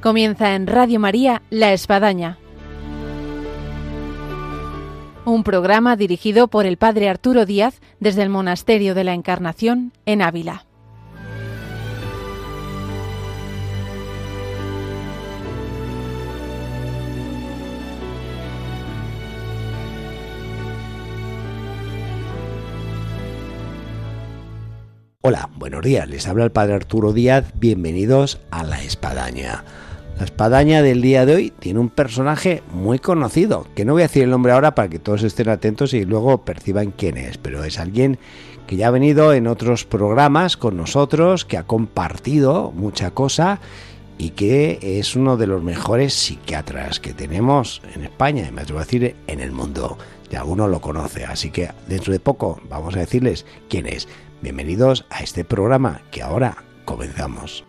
Comienza en Radio María La Espadaña, un programa dirigido por el Padre Arturo Díaz desde el Monasterio de la Encarnación en Ávila. Hola, buenos días, les habla el Padre Arturo Díaz, bienvenidos a La Espadaña. La Espadaña del día de hoy tiene un personaje muy conocido, que no voy a decir el nombre ahora para que todos estén atentos y luego perciban quién es, pero es alguien que ya ha venido en otros programas con nosotros, que ha compartido mucha cosa y que es uno de los mejores psiquiatras que tenemos en España, y me atrevo a decir en el mundo, y alguno lo conoce, así que dentro de poco vamos a decirles quién es. Bienvenidos a este programa que ahora comenzamos.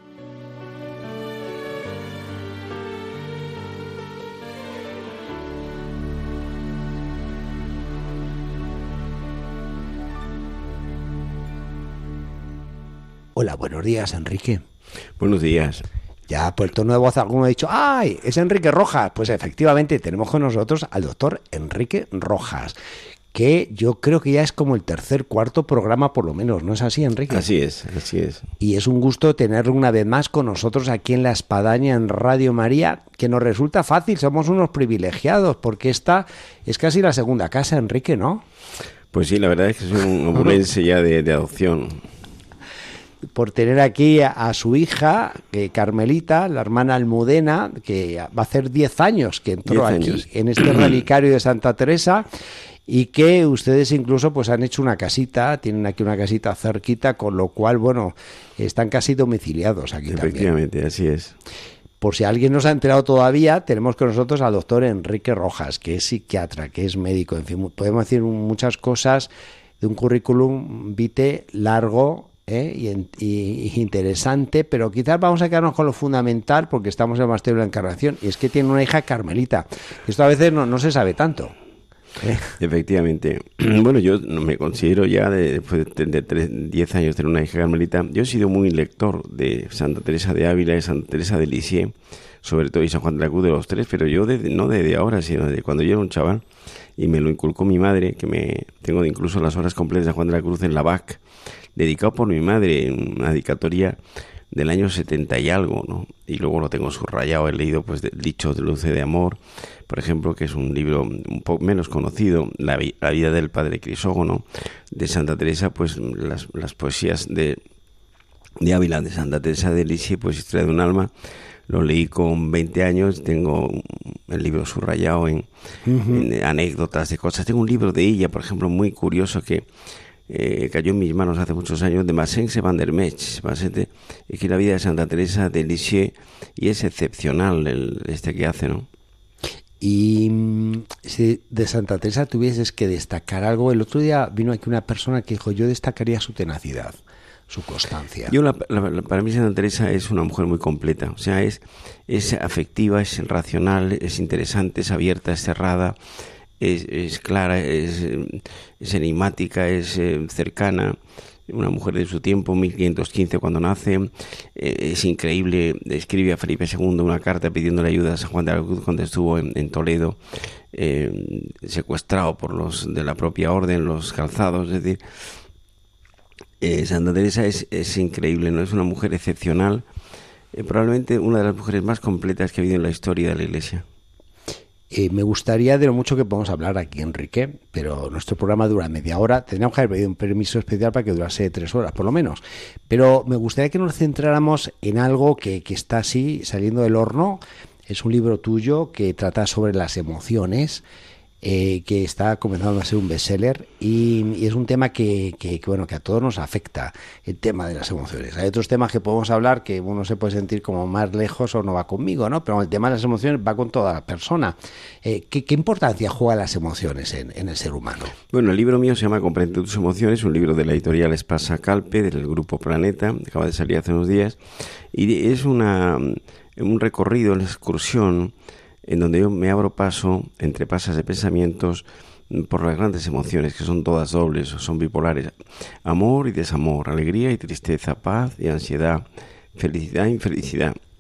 Hola, buenos días, Enrique. Buenos días. Ya por el tono de voz alguno ha dicho, ¡ay! Es Enrique Rojas. Pues efectivamente tenemos con nosotros al doctor Enrique Rojas, que yo creo que ya es como el tercer, cuarto programa por lo menos, ¿no es así, Enrique? Así es, así es. Y es un gusto tenerlo una vez más con nosotros aquí en La Espadaña, en Radio María, que nos resulta fácil, somos unos privilegiados, porque esta es casi la segunda casa, Enrique, ¿no? Pues sí, la verdad es que soy un obulense ya de adopción. Por tener aquí a su hija, Carmelita, la hermana Almudena, que va a hacer 10 años que entró aquí en este relicario de Santa Teresa, y que ustedes incluso pues han hecho una casita, tienen aquí una casita cerquita, con lo cual, bueno, están casi domiciliados aquí también. Efectivamente, así es. Por si alguien no se ha enterado todavía, tenemos con nosotros al doctor Enrique Rojas, que es psiquiatra, que es médico, en fin, podemos decir muchas cosas de un currículum vitae largo, y interesante, pero quizás vamos a quedarnos con lo fundamental porque estamos en el Monasterio de la Encarnación, y es que tiene una hija Carmelita. Esto a veces no se sabe tanto. Efectivamente. Bueno, yo no me considero ya, después de 10 años tener una hija Carmelita, yo he sido muy lector de Santa Teresa de Ávila, de Santa Teresa de Lisieux, sobre todo, y San Juan de la Cruz, de los tres, pero yo no desde ahora, sino desde cuando yo era un chaval, y me lo inculcó mi madre, que tengo incluso las horas completas de San Juan de la Cruz en la BAC, dedicado por mi madre, en una dedicatoria del año 70 y algo, ¿no? Y luego lo tengo subrayado, he leído pues Dichos de Luz y de Amor, por ejemplo, que es un libro un poco menos conocido, la vida del padre Crisógono, de Santa Teresa, pues las poesías de Ávila, de Santa Teresa de Lisieux, pues Historia de un alma, lo leí con 20 años, tengo el libro subrayado en anécdotas de cosas, tengo un libro de ella, por ejemplo, muy curioso que cayó en mis manos hace muchos años, de Maxence van der Mech, es que la vida de Santa Teresa de Lisieux, y es excepcional que hace, ¿no? Y si de Santa Teresa tuvieses que destacar algo, el otro día vino aquí una persona que dijo, yo destacaría su tenacidad, su constancia. Para mí Santa Teresa es una mujer muy completa, o sea, es afectiva, es racional, es interesante, es abierta, es cerrada, es clara, es enigmática, es cercana, una mujer de su tiempo, 1515 cuando nace, es increíble, escribe a Felipe II una carta pidiéndole ayuda a San Juan de la Cruz cuando estuvo en Toledo, secuestrado por los de la propia orden, los calzados, es decir, Santa Teresa es increíble, ¿no? Es una mujer excepcional, probablemente una de las mujeres más completas que ha habido en la historia de la Iglesia. Me gustaría de lo mucho que podemos hablar aquí, Enrique, pero nuestro programa dura media hora. Tendríamos que haber pedido un permiso especial para que durase 3 horas, por lo menos. Pero me gustaría que nos centráramos en algo que está así, saliendo del horno. Es un libro tuyo que trata sobre las emociones, que está comenzando a ser un bestseller, y es un tema que a todos nos afecta, el tema de las emociones. Hay otros temas que podemos hablar que uno se puede sentir como más lejos o no va conmigo, ¿no? Pero el tema de las emociones va con toda la persona. ¿Qué importancia juegan las emociones en el ser humano? Bueno, el libro mío se llama Comprende tus emociones, un libro de la editorial Espasa Calpe, del grupo Planeta, acaba de salir hace unos días, y es un recorrido, una excursión en donde yo me abro paso entre pasas de pensamientos por las grandes emociones, que son todas dobles, son bipolares: amor y desamor, alegría y tristeza, paz y ansiedad, felicidad e infelicidad.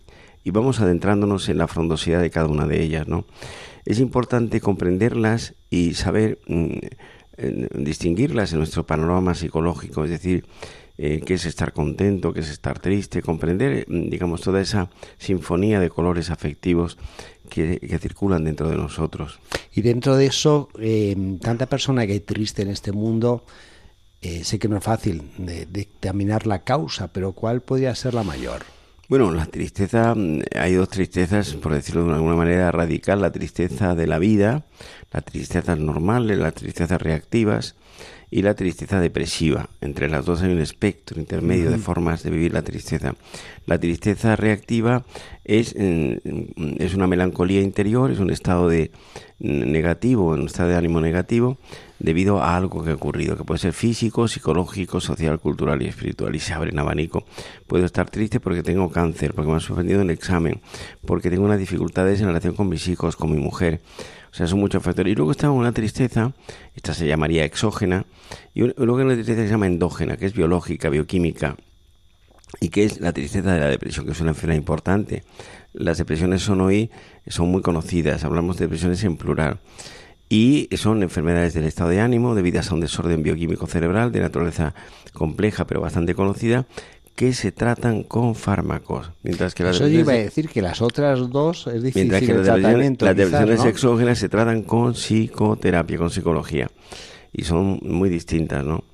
y vamos adentrándonos en la frondosidad de cada una de ellas, ¿no? Es importante comprenderlas y saber distinguirlas en nuestro panorama psicológico, es decir, qué es estar contento, qué es estar triste, comprender, digamos, toda esa sinfonía de colores afectivos que circulan dentro de nosotros. Y dentro de eso, tanta persona que hay triste en este mundo, sé que no es fácil de dictaminar la causa, pero ¿cuál podría ser la mayor? Bueno, la tristeza, hay dos tristezas, por decirlo de alguna manera radical: la tristeza de la vida, las tristezas normales, las tristezas reactivas y la tristeza depresiva. Entre las dos hay un espectro intermedio de formas de vivir la tristeza. La tristeza reactiva es una melancolía interior, es un estado negativo, un estado de ánimo negativo debido a algo que ha ocurrido, que puede ser físico, psicológico, social, cultural y espiritual, y se abre un abanico. Puedo estar triste porque tengo cáncer, porque me han suspendido en el examen, porque tengo unas dificultades en relación con mis hijos, con mi mujer. O sea, son muchos factores. Y luego está una tristeza, esta se llamaría exógena, y luego hay una tristeza que se llama endógena, que es biológica, bioquímica, y que es la tristeza de la depresión, que es una enfermedad importante. Las depresiones son muy conocidas, hablamos de depresiones en plural, y son enfermedades del estado de ánimo debidas a un desorden bioquímico cerebral de naturaleza compleja pero bastante conocida, que se tratan con fármacos, mientras que eso yo iba a decir que las otras dos es difícil mientras que el tratamiento. Las depresiones, ¿no?, exógenas se tratan con psicoterapia, con psicología, y son muy distintas, ¿no?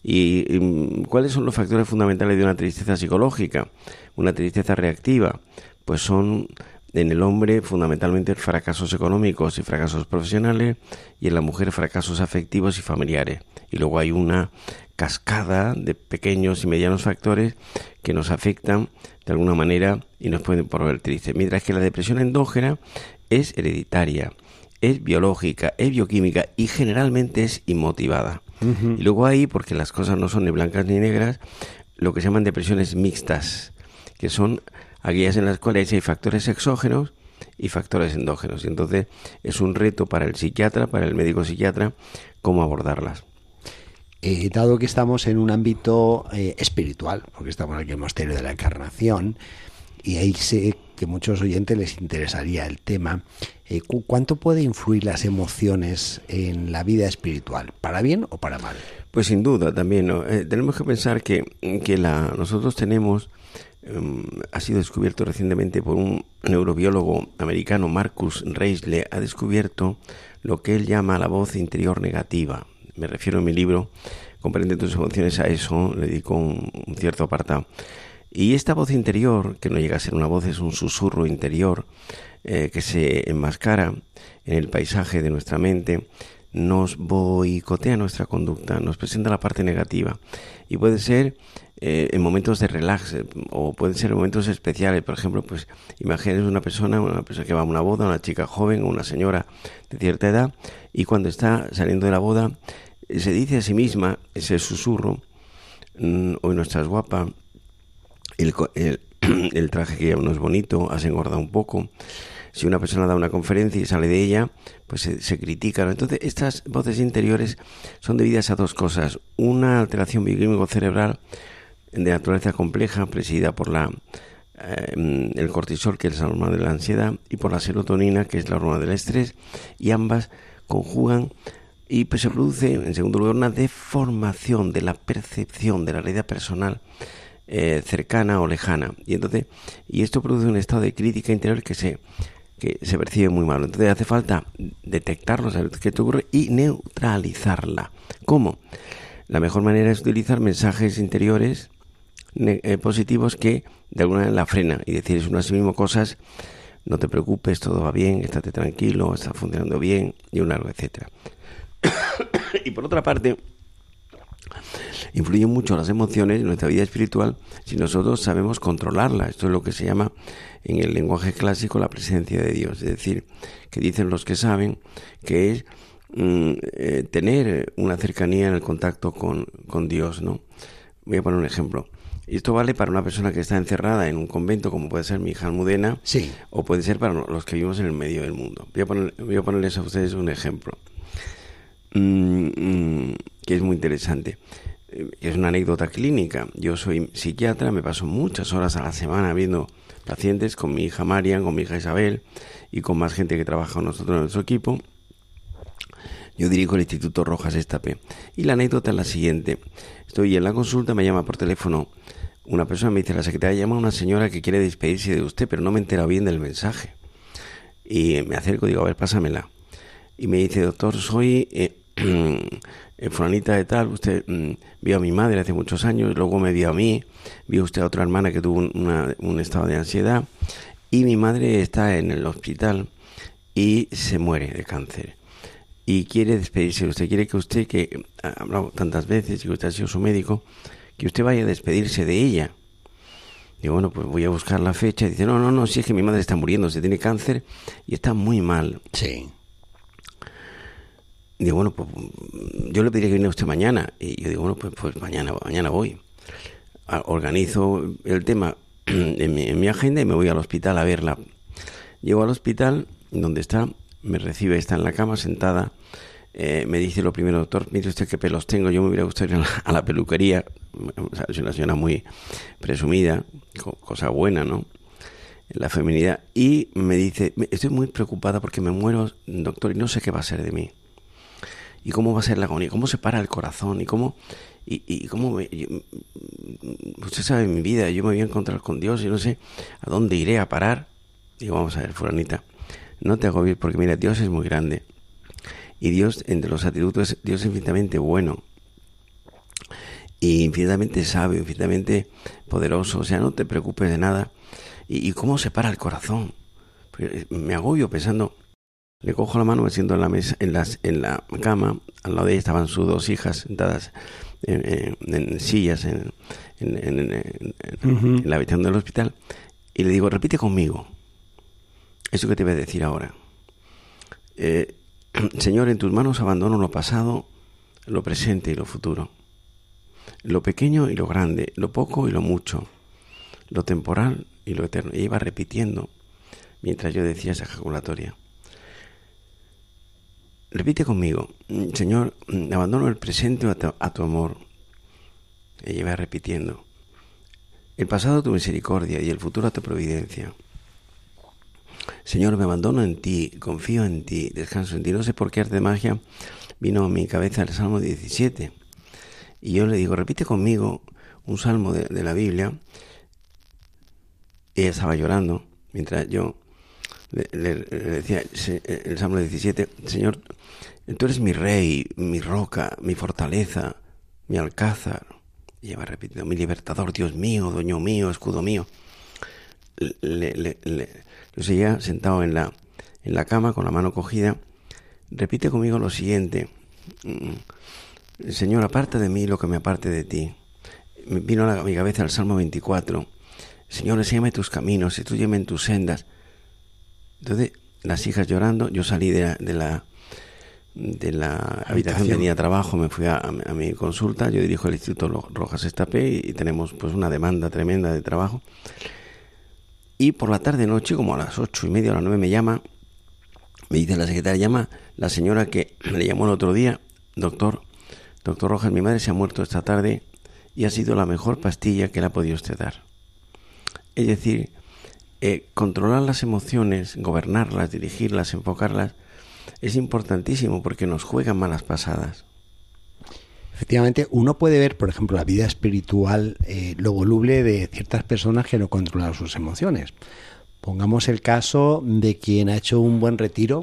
¿Y cuáles son los factores fundamentales de una tristeza psicológica? Una tristeza reactiva, pues son en el hombre fundamentalmente fracasos económicos y fracasos profesionales, y en la mujer fracasos afectivos y familiares. Y luego hay una cascada de pequeños y medianos factores que nos afectan de alguna manera y nos pueden poner tristes. Mientras que la depresión endógena es hereditaria, es biológica, es bioquímica y generalmente es inmotivada. Y luego hay, porque las cosas no son ni blancas ni negras, lo que se llaman depresiones mixtas, que son aquellas en las cuales hay factores exógenos y factores endógenos. Y entonces es un reto para el psiquiatra, para el médico psiquiatra, cómo abordarlas. Dado que estamos en un ámbito espiritual, porque estamos aquí en el Monasterio de la Encarnación, y ahí sé que a muchos oyentes les interesaría el tema, ¿cuánto puede influir las emociones en la vida espiritual, para bien o para mal? Pues sin duda también, ¿no? Tenemos que pensar que nosotros tenemos, ha sido descubierto recientemente por un neurobiólogo americano, Marcus Reisle, ha descubierto lo que él llama la voz interior negativa. Me refiero en mi libro, Comprende tus emociones, a eso le dedico un cierto apartado. Y esta voz interior, que no llega a ser una voz, es un susurro interior que se enmascara en el paisaje de nuestra mente, nos boicotea nuestra conducta, nos presenta la parte negativa. Y puede ser en momentos de relax, o pueden ser en momentos especiales. Por ejemplo, pues imagínense una persona que va a una boda, una chica joven o una señora de cierta edad, y cuando está saliendo de la boda se dice a sí misma ese susurro: hoy no estás guapa, el traje que lleva no es bonito, has engordado un poco. Si una persona da una conferencia y sale de ella, pues se critica, ¿no? Entonces, estas voces interiores son debidas a dos cosas: una alteración bioquímico cerebral de naturaleza compleja, presidida por el cortisol, que es la hormona de la ansiedad, y por la serotonina, que es la hormona del estrés, y ambas conjugan, y pues se produce, en segundo lugar, una deformación de la percepción de la realidad personal cercana o lejana, y esto produce un estado de crítica interior que se percibe muy mal. Entonces hace falta detectarlo, saber qué te ocurre y neutralizarla. ¿Cómo? La mejor manera es utilizar mensajes interiores positivos que de alguna manera la frenan, y decir uno a sí mismo cosas: no te preocupes, todo va bien, estate tranquilo, está funcionando bien, y un largo etcétera. Y por otra parte, influyen mucho las emociones en nuestra vida espiritual si nosotros sabemos controlarlas. Esto es lo que se llama en el lenguaje clásico la presencia de Dios. Es decir, que dicen los que saben que es tener una cercanía en el contacto con Dios, ¿no? Voy a poner un ejemplo. Y esto vale para una persona que está encerrada en un convento, como puede ser mi hija Almudena, sí, o puede ser para los que vivimos en el medio del mundo. Voy a ponerles a ustedes un ejemplo que es muy interesante. Es una anécdota clínica. Yo soy psiquiatra, me paso muchas horas a la semana viendo pacientes, con mi hija Marian, con mi hija Isabel y con más gente que trabaja con nosotros en nuestro equipo. Yo dirijo el Instituto Rojas Estapé. Y la anécdota es la siguiente. Estoy en la consulta, me llama por teléfono una persona, me dice, la secretaria llama a una señora que quiere despedirse de usted, pero no me he enterado bien del mensaje. Y me acerco y digo, a ver, pásamela. Y me dice, doctor, soy fulanita de tal, usted vio a mi madre hace muchos años, luego me vio a mí, vio usted a otra hermana que tuvo un estado de ansiedad, y mi madre está en el hospital y se muere de cáncer. Y quiere despedirse de usted, quiere que usted, que ha hablado tantas veces y que usted ha sido su médico, que usted vaya a despedirse de ella. Digo, bueno, pues voy a buscar la fecha. Y dice, no, si es que mi madre está muriendo, se tiene cáncer y está muy mal. Sí. Digo, bueno, pues yo le pediría que viniera usted mañana. Y yo digo, bueno, pues mañana voy. Organizo el tema en mi agenda y me voy al hospital a verla. Llego al hospital, donde está, me recibe, está en la cama sentada, me dice lo primero, doctor, mire usted qué pelos tengo, yo me hubiera gustado ir a la peluquería. O sea, es una señora muy presumida, cosa buena, ¿no? La feminidad. Y me dice, estoy muy preocupada porque me muero, doctor, y no sé qué va a ser de mí. Y cómo va a ser la agonía, cómo se para el corazón, y cómo usted sabe mi vida, yo me voy a encontrar con Dios y no sé a dónde iré a parar. Digo, vamos a ver, fulanita, no te agobies porque mira, Dios es muy grande. Y Dios, entre los atributos, Dios es infinitamente bueno. Y infinitamente sabio, infinitamente poderoso. O sea, no te preocupes de nada. ¿Y cómo se para el corazón? Pues me agobio pensando. Le cojo la mano, me siento en la mesa, en la cama. Al lado de ella estaban sus dos hijas sentadas en sillas en la habitación del hospital. Y le digo, repite conmigo eso que te voy a decir ahora. Señor, en tus manos abandono lo pasado, lo presente y lo futuro. Lo pequeño y lo grande, lo poco y lo mucho, lo temporal y lo eterno. Y iba repitiendo mientras yo decía esa ejaculatoria. Repite conmigo, Señor, abandono el presente a tu amor. Ella iba repitiendo. El pasado a tu misericordia y el futuro a tu providencia. Señor, me abandono en ti, confío en ti, descanso en ti. No sé por qué arte de magia vino a mi cabeza el Salmo 17. Y yo le digo, repite conmigo un salmo de la Biblia. Ella estaba llorando mientras yo le decía el Salmo 17, Señor, tú eres mi rey, mi roca, mi fortaleza, mi alcázar. Y ella va repitiendo, mi libertador, Dios mío, dueño mío, escudo mío. Yo seguía sentado en la cama con la mano cogida. Repite conmigo lo siguiente. Señor, aparta de mí lo que me aparte de ti. Me vino a mi cabeza el Salmo 24. Señor, enséñame tus caminos, instrúyeme en tus sendas. Entonces, las hijas llorando, yo salí de la habitación, tenía trabajo, me fui a mi consulta. Yo dirijo el Instituto Rojas Estapé y tenemos pues una demanda tremenda de trabajo. Y por la tarde-noche, como a las 8:30 o a las 9 me llama, me dice la secretaria, llama la señora que me llamó el otro día, doctor Rojas, mi madre se ha muerto esta tarde y ha sido la mejor pastilla que le ha podido usted dar. Es decir, controlar las emociones, gobernarlas, dirigirlas, enfocarlas, es importantísimo porque nos juegan malas pasadas. Efectivamente, uno puede ver, por ejemplo, la vida espiritual, lo voluble de ciertas personas que no controlan sus emociones. Pongamos el caso de quien ha hecho un buen retiro,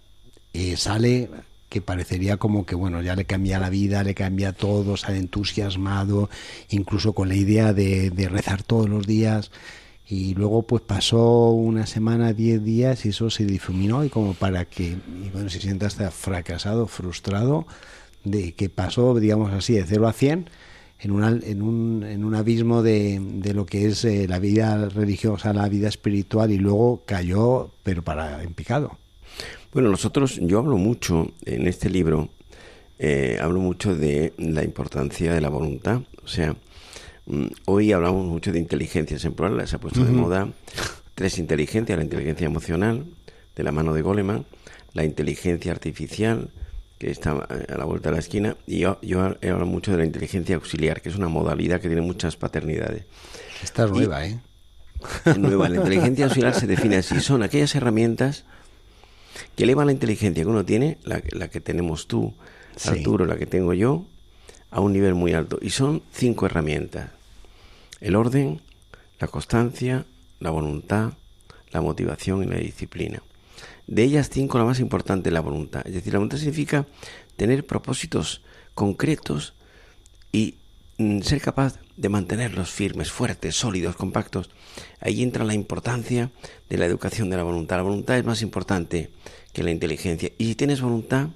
sale que parecería como que, bueno, ya le cambia la vida, le cambia todo, sale entusiasmado, incluso con la idea de rezar todos los días, y luego pues pasó una semana, 10 días y eso se difuminó y como para que, y bueno, se sienta hasta fracasado, frustrado, de que pasó, digamos así, de 0 a 100 en un abismo de lo que es la vida religiosa, la vida espiritual, y luego cayó, pero en picado. Bueno, yo hablo mucho en este libro, hablo mucho de la importancia de la voluntad. O sea, hoy hablamos mucho de inteligencias en plural, se ha puesto de moda 3 inteligencias: la inteligencia emocional, de la mano de Goleman, la inteligencia artificial, que está a la vuelta de la esquina, y yo he hablado mucho de la inteligencia auxiliar, que es una modalidad que tiene muchas paternidades. Esta es nueva, nueva. La inteligencia auxiliar se define así. Son aquellas herramientas que elevan la inteligencia que uno tiene, la que tenemos tú, sí, Arturo, la que tengo yo, a un nivel muy alto. Y son 5 herramientas. El orden, la constancia, la voluntad, la motivación y la disciplina. De ellas 5, la más importante es la voluntad. Es decir, la voluntad significa tener propósitos concretos y ser capaz de mantenerlos firmes, fuertes, sólidos, compactos. Ahí entra la importancia de la educación de la voluntad. La voluntad es más importante que la inteligencia. Y si tienes voluntad,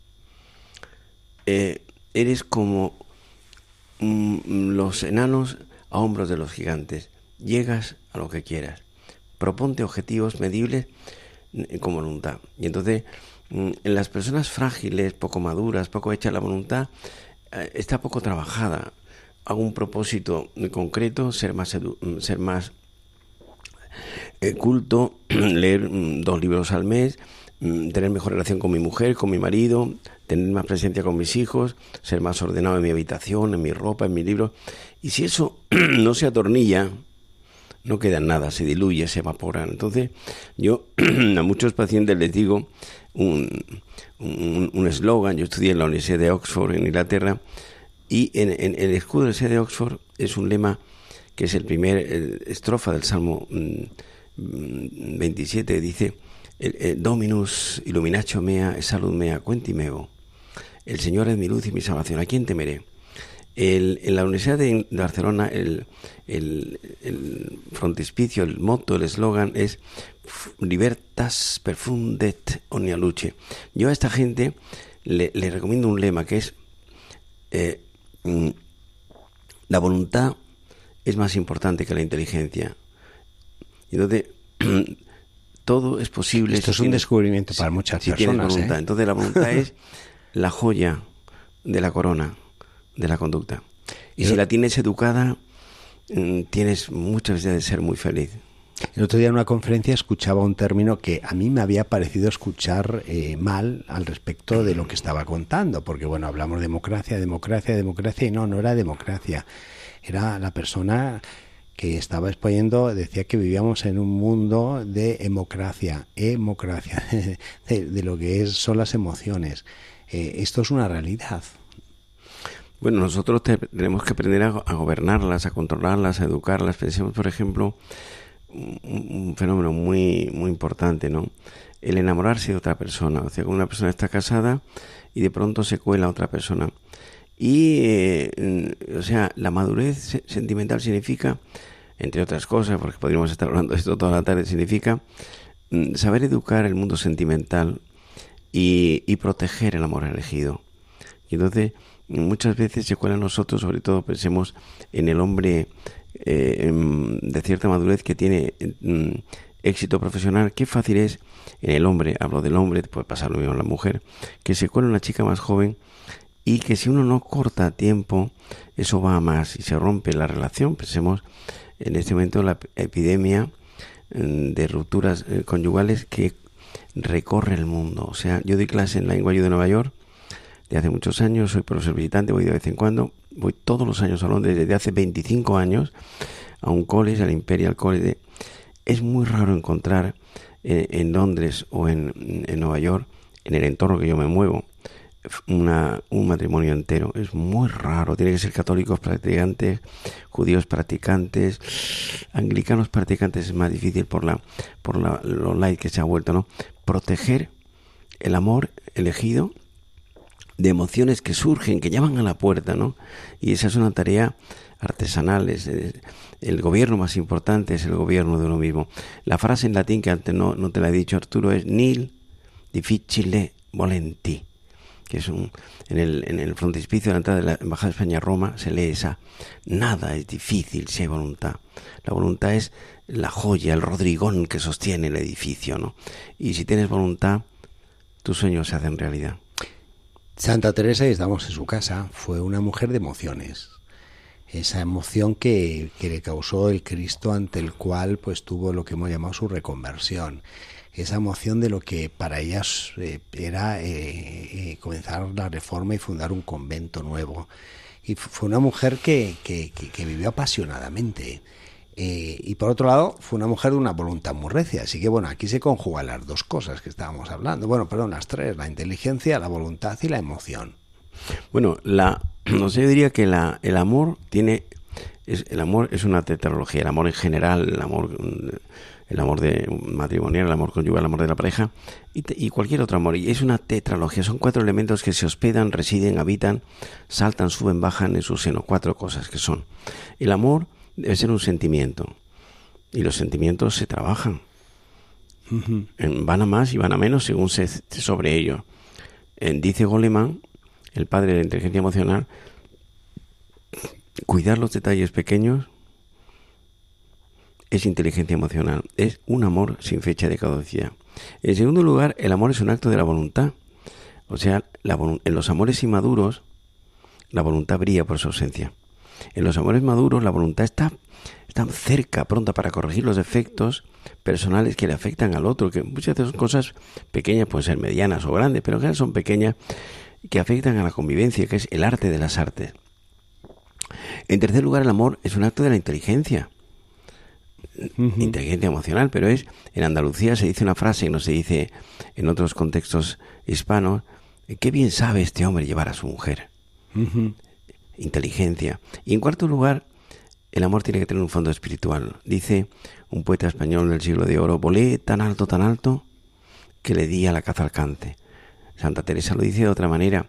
eres como los enanos a hombros de los gigantes. Llegas a lo que quieras. Proponte objetivos medibles con voluntad. Y entonces, en las personas frágiles, poco maduras, poco hechas, la voluntad está poco trabajada. Hago un propósito concreto, ser más culto, leer 2 libros al mes, tener mejor relación con mi mujer, con mi marido, tener más presencia con mis hijos, ser más ordenado en mi habitación, en mi ropa, en mis libros. Y si eso no se atornilla, no queda nada, se diluye, se evapora. Entonces, yo a muchos pacientes les digo un eslogan. Yo estudié en la Universidad de Oxford, en Inglaterra, y en el escudo de la Universidad de Oxford es un lema que es el primer estrofa del Salmo 27, dice: Dominus illuminatio mea, salud mea, quenti meo. El Señor es mi luz y mi salvación, ¿a quién temeré? En la Universidad de Barcelona el frontispicio, el motto, el eslogan es Libertas perfundet omnia luce. Yo a esta gente le recomiendo un lema que es la voluntad es más importante que la inteligencia. Entonces, todo es posible. Esto es un descubrimiento para muchas personas. Tienes voluntad. Entonces, la voluntad es la joya de la corona de la conducta. Y si la tienes educada, tienes muchas veces de ser muy feliz. El otro día en una conferencia escuchaba un término que a mí me había parecido escuchar mal al respecto de lo que estaba contando, porque bueno, hablamos de democracia, y no era democracia. Era la persona que estaba exponiendo, decía que vivíamos en un mundo de emocracia, de lo que son las emociones. Esto es una realidad. Bueno, nosotros tenemos que aprender a gobernarlas, a controlarlas, a educarlas. Pensemos, por ejemplo, un fenómeno muy muy importante, ¿no? El enamorarse de otra persona. O sea, una persona está casada y de pronto se cuela otra persona. Y, o sea, la madurez sentimental significa, entre otras cosas, porque podríamos estar hablando de esto toda la tarde, significa saber educar el mundo sentimental y proteger el amor elegido. Y entonces, muchas veces se cuela en nosotros, sobre todo pensemos en el hombre de cierta madurez que tiene éxito profesional. Qué fácil es en el hombre, hablo del hombre, puede pasar lo mismo en la mujer, que se cuela una chica más joven y que si uno no corta a tiempo, eso va a más y se rompe la relación. Pensemos en este momento la epidemia de rupturas conyugales que recorre el mundo. O sea, yo doy clase en la NYU de Nueva York de hace muchos años, soy profesor visitante, voy de vez en cuando, voy todos los años a Londres desde hace 25 años a un college, al Imperial College. Es muy raro encontrar en Londres o en Nueva York, en el entorno que yo me muevo, un matrimonio entero. Es muy raro. Tiene que ser católicos practicantes, judíos practicantes, anglicanos practicantes. Es más difícil por lo light que se ha vuelto, ¿no? Proteger el amor elegido de emociones que surgen, que llaman a la puerta, ¿no? Y esa es una tarea artesanal. El gobierno más importante es el gobierno de uno mismo. La frase en latín que antes no te la he dicho, Arturo, es nil difficile volenti, que es en el frontispicio de la entrada de la Embajada de España a Roma se lee esa: nada es difícil si hay voluntad. La voluntad es la joya, el rodrigón que sostiene el edificio, ¿no? Y si tienes voluntad, tus sueños se hacen realidad. Santa Teresa, y estamos en su casa, fue una mujer de emociones. Esa emoción que le causó el Cristo ante el cual pues tuvo lo que hemos llamado su reconversión. Esa emoción de lo que para ella era comenzar la reforma y fundar un convento nuevo. Y fue una mujer que vivió apasionadamente. Y por otro lado, fue una mujer de una voluntad muy recia. Así que bueno, aquí se conjugan las dos cosas que estábamos hablando. Bueno, perdón, las tres: la inteligencia, la voluntad y la emoción. Bueno, no sé, yo diría que el amor el amor es una tetralogía. El amor en general, el amor de matrimonial, el amor conyugal, el amor de la pareja y cualquier otro amor. Y es una tetralogía. Son 4 elementos que se hospedan, residen, habitan, saltan, suben, bajan en su seno. 4 cosas que son. El amor debe ser un sentimiento. Y los sentimientos se trabajan. Van a más y van a menos según se sobre ello. Dice Goleman, el padre de la inteligencia emocional, cuidar los detalles pequeños es inteligencia emocional, es un amor sin fecha de caducidad. En segundo lugar, el amor es un acto de la voluntad. O sea, en los amores inmaduros, la voluntad brilla por su ausencia. En los amores maduros, la voluntad está cerca, pronta para corregir los defectos personales que le afectan al otro, que muchas de esas cosas pequeñas pueden ser medianas o grandes, pero en general son pequeñas, que afectan a la convivencia, que es el arte de las artes. En tercer lugar, el amor es un acto de la inteligencia. Inteligencia emocional, pero en Andalucía se dice una frase que no se dice en otros contextos hispanos: qué bien sabe este hombre llevar a su mujer. Inteligencia. Y en cuarto lugar, el amor tiene que tener un fondo espiritual. Dice un poeta español del siglo de oro: volé tan alto, que le di a la caza alcance. Santa Teresa lo dice de otra manera.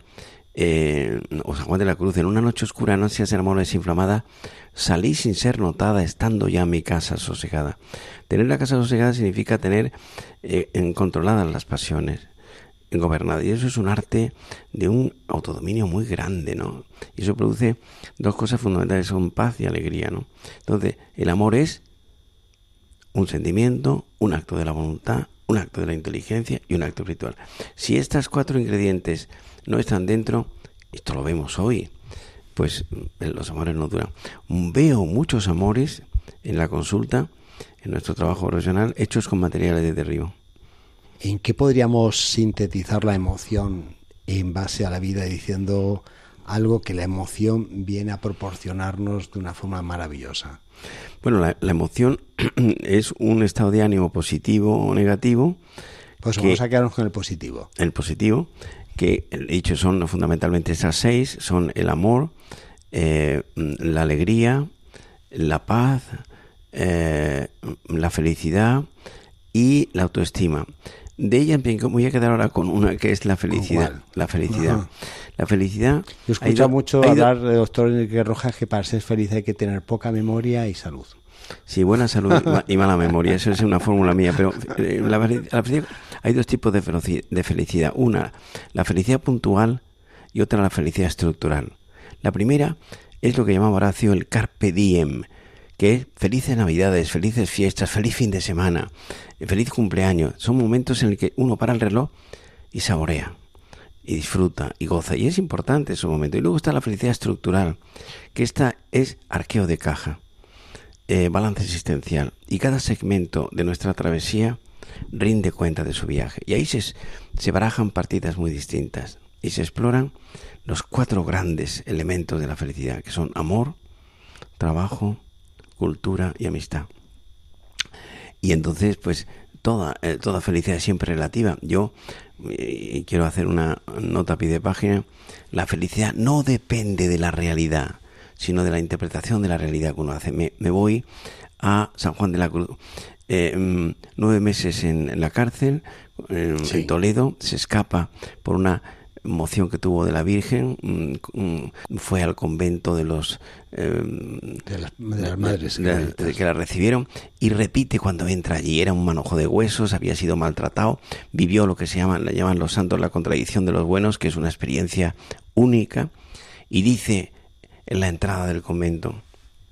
O San Juan de la Cruz: en una noche oscura, en ansias de amor desinflamada, salí sin ser notada, estando ya mi casa sosegada. Tener la casa sosegada significa tener controladas las pasiones, gobernadas. Y eso es un arte de un autodominio muy grande, ¿no? Y eso produce 2 cosas fundamentales: son paz y alegría, ¿no? Entonces, el amor es un sentimiento, un acto de la voluntad, un acto de la inteligencia y un acto espiritual. Si estas 4 ingredientes no están dentro, esto lo vemos hoy, pues los amores no duran. Veo muchos amores en la consulta, en nuestro trabajo profesional, hechos con materiales de derribo. ¿En qué podríamos sintetizar la emoción en base a la vida diciendo algo que la emoción viene a proporcionarnos de una forma maravillosa? Bueno, la emoción es un estado de ánimo positivo o negativo. Pues vamos a quedarnos con el positivo. El positivo, que he dicho son fundamentalmente esas 6, son el amor, la alegría, la paz, la felicidad y la autoestima. De ella me voy a quedar ahora con una que es la felicidad. La felicidad. Ajá. La felicidad. Yo escucho mucho hablar de doctor Enrique Rojas que para ser feliz hay que tener poca memoria y salud. Sí, buena salud y mala memoria. Eso es una fórmula mía. Pero la felicidad, hay 2 tipos de felicidad. Una, la felicidad puntual, y otra, la felicidad estructural. La primera es lo que llamaba Horacio el carpe diem, que es felices navidades, felices fiestas, feliz fin de semana, feliz cumpleaños. Son momentos en los que uno para el reloj y saborea, y disfruta, y goza. Y es importante ese momento. Y luego está la felicidad estructural, que esta es arqueo de caja, balance existencial. Y cada segmento de nuestra travesía rinde cuenta de su viaje. Y ahí se barajan partidas muy distintas. Y se exploran los 4 grandes elementos de la felicidad, que son amor, trabajo, cultura y amistad. Y entonces, pues, toda felicidad es siempre relativa. Yo quiero hacer una nota a pie de página. La felicidad no depende de la realidad, sino de la interpretación de la realidad que uno hace. Me voy a San Juan de la Cruz. 9 meses en la cárcel, en Toledo. Se escapa por una moción que tuvo de la Virgen, fue al convento de los de las madres que la recibieron, y repite cuando entra allí: era un manojo de huesos, había sido maltratado, vivió lo que le llaman los santos la contradicción de los buenos, que es una experiencia única, y dice en la entrada del convento: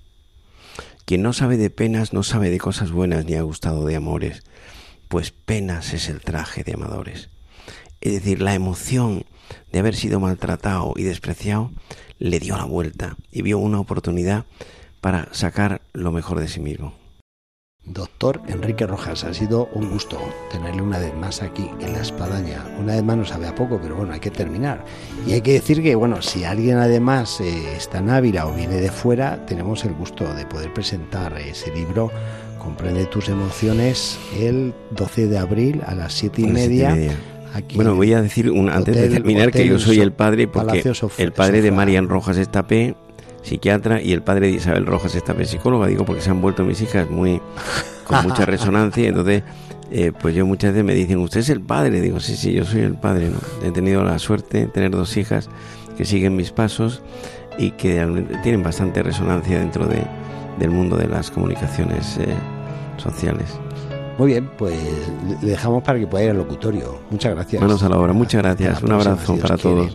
quien no sabe de penas no sabe de cosas buenas ni ha gustado de amores, pues penas es el traje de amadores. Es decir, la emoción de haber sido maltratado y despreciado le dio la vuelta y vio una oportunidad para sacar lo mejor de sí mismo. Doctor Enrique Rojas, ha sido un gusto tenerle una vez más aquí en La Espadaña. Una vez más nos sabe a poco, pero bueno, hay que terminar. Y hay que decir que, bueno, si alguien además está en Ávila o viene de fuera, tenemos el gusto de poder presentar ese libro, Comprende tus emociones, el 12 de abril a las 7:30. Aquí bueno, voy a decir, antes de terminar, que yo soy el padre, porque el padre de Marian Rojas Estapé, psiquiatra, y el padre de Isabel Rojas Estapé, psicóloga, digo porque se han vuelto mis hijas con mucha resonancia, y entonces pues yo muchas veces me dicen, ¿usted es el padre? Digo, sí, yo soy el padre, ¿no? He tenido la suerte de tener 2 hijas que siguen mis pasos y que tienen bastante resonancia dentro del mundo de las comunicaciones sociales. Muy bien, pues le dejamos para que pueda ir al locutorio. Muchas gracias. Manos a la obra, muchas gracias. Un abrazo para todos.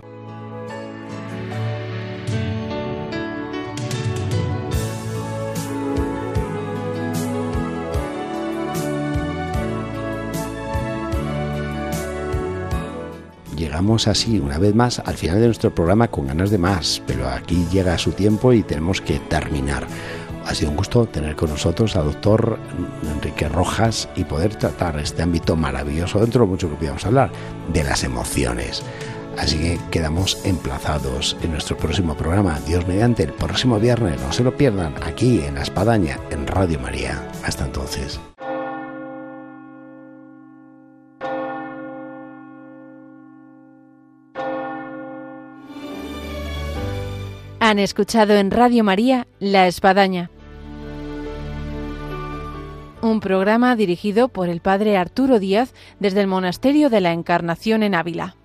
Llegamos así, una vez más, al final de nuestro programa con ganas de más, pero aquí llega su tiempo y tenemos que terminar. Ha sido un gusto tener con nosotros al doctor Enrique Rojas y poder tratar este ámbito maravilloso, dentro de lo mucho que podíamos hablar, de las emociones. Así que quedamos emplazados en nuestro próximo programa, Dios mediante, el próximo viernes. No se lo pierdan, aquí en La Espadaña, en Radio María. Hasta entonces. Han escuchado en Radio María La Espadaña, un programa dirigido por el padre Arturo Díaz desde el Monasterio de la Encarnación en Ávila.